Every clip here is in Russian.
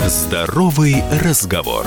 Здоровый разговор.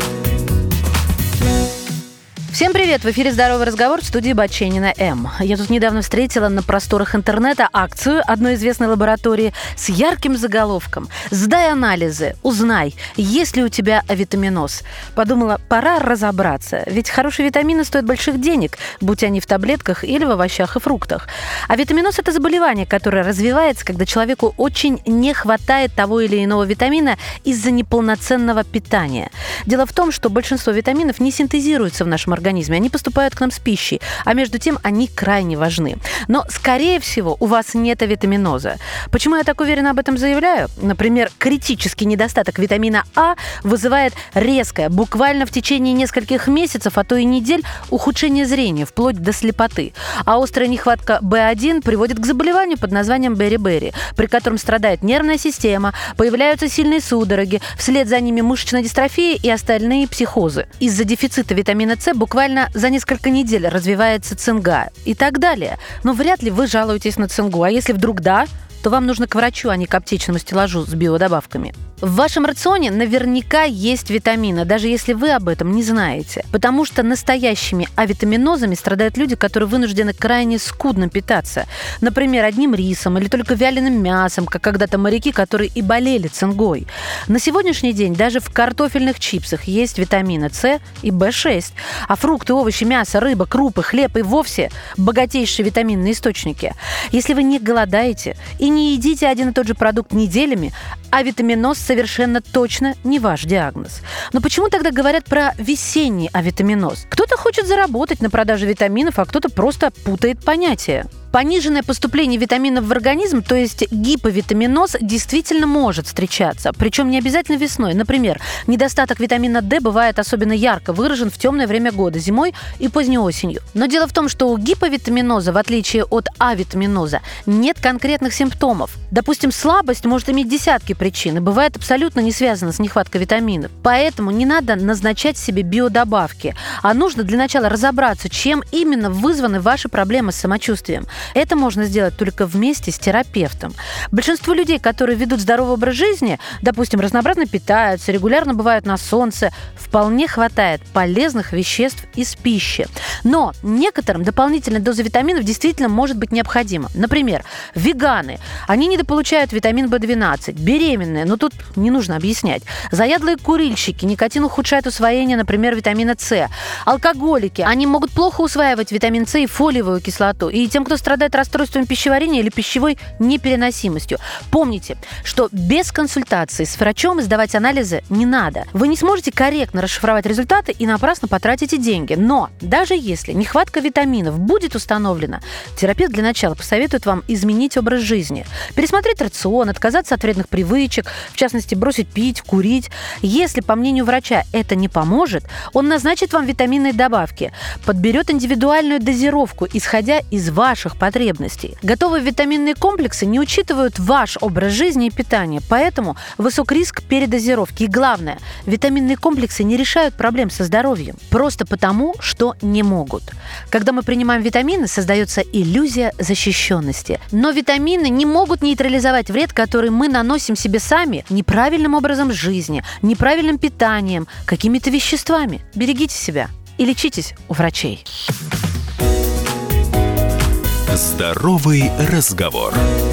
Всем привет! В эфире «Здоровый разговор» в студии Баченина М. Я тут недавно встретила на просторах интернета акцию одной известной лаборатории с ярким заголовком «Сдай анализы, узнай, есть ли у тебя авитаминоз». Подумала, пора разобраться, ведь хорошие витамины стоят больших денег, будь они в таблетках или в овощах и фруктах. Авитаминоз – это заболевание, которое развивается, когда человеку очень не хватает того или иного витамина из-за неполноценного питания. Дело в том, что большинство витаминов не синтезируются в нашем организме, они поступают к нам с пищей, а между тем они крайне важны. Но, скорее всего, у вас нет авитаминоза. Почему я так уверенно об этом заявляю? Например, критический недостаток витамина А вызывает резкое, буквально в течение нескольких месяцев, а то и недель, ухудшение зрения, вплоть до слепоты. А острая нехватка В1 приводит к заболеванию под названием бери-бери, при котором страдает нервная система, появляются сильные судороги, вслед за ними мышечная дистрофия и остальные психозы. Из-за дефицита витамина С буквально за несколько недель развивается цинга и так далее. Но вряд ли вы жалуетесь на цингу. А если вдруг да, то вам нужно к врачу, а не к аптечному стеллажу с биодобавками. В вашем рационе наверняка есть витамины, даже если вы об этом не знаете. Потому что настоящими авитаминозами страдают люди, которые вынуждены крайне скудно питаться. Например, одним рисом или только вяленым мясом, как когда-то моряки, которые и болели цингой. На сегодняшний день даже в картофельных чипсах есть витамины С и В6. А фрукты, овощи, мясо, рыба, крупы, хлеб и вовсе богатейшие витаминные источники. Если вы не голодаете и не едите один и тот же продукт неделями, авитаминоз совершенно точно не ваш диагноз. Но почему тогда говорят про весенний авитаминоз? Кто-то хочет заработать на продаже витаминов, а кто-то просто путает понятия. Пониженное поступление витаминов в организм, то есть гиповитаминоз, действительно может встречаться. Причем не обязательно весной. Например, недостаток витамина D бывает особенно ярко выражен в темное время года, зимой и поздней осенью. Но дело в том, что у гиповитаминоза, в отличие от авитаминоза, нет конкретных симптомов. Допустим, слабость может иметь десятки причин и бывает абсолютно не связана с нехваткой витаминов. Поэтому не надо назначать себе биодобавки, а нужно для начала разобраться, чем именно вызваны ваши проблемы с самочувствием. Это можно сделать только вместе с терапевтом. Большинству людей, которые ведут здоровый образ жизни, допустим, разнообразно питаются, регулярно бывают на солнце, вполне хватает полезных веществ из пищи. Но некоторым дополнительная доза витаминов действительно может быть необходима. Например, веганы. Они недополучают витамин В12. Беременные, но тут не нужно объяснять. Заядлые курильщики. Никотин ухудшает усвоение, например, витамина С. Алкоголики. Они могут плохо усваивать витамин С и фолиевую кислоту. И тем, кто страдает расстройством пищеварения или пищевой непереносимостью. Помните, что без консультации с врачом и сдавать анализы не надо. Вы не сможете корректно расшифровать результаты и напрасно потратите деньги. Но даже если нехватка витаминов будет установлена, терапевт для начала посоветует вам изменить образ жизни. Пересмотреть рацион, отказаться от вредных привычек, в частности, бросить пить, курить. Если, по мнению врача, это не поможет, он назначит вам витаминные добавки, подберет индивидуальную дозировку, исходя из ваших потребностей. Готовые витаминные комплексы не учитывают ваш образ жизни и питания, поэтому высок риск передозировки. И главное, витаминные комплексы не решают проблем со здоровьем, просто потому, что не могут. Когда мы принимаем витамины, создается иллюзия защищенности. Но витамины не могут нейтрализовать вред, который мы наносим себе сами неправильным образом жизни, неправильным питанием, какими-то веществами. Берегите себя и лечитесь у врачей. Здоровый разговор.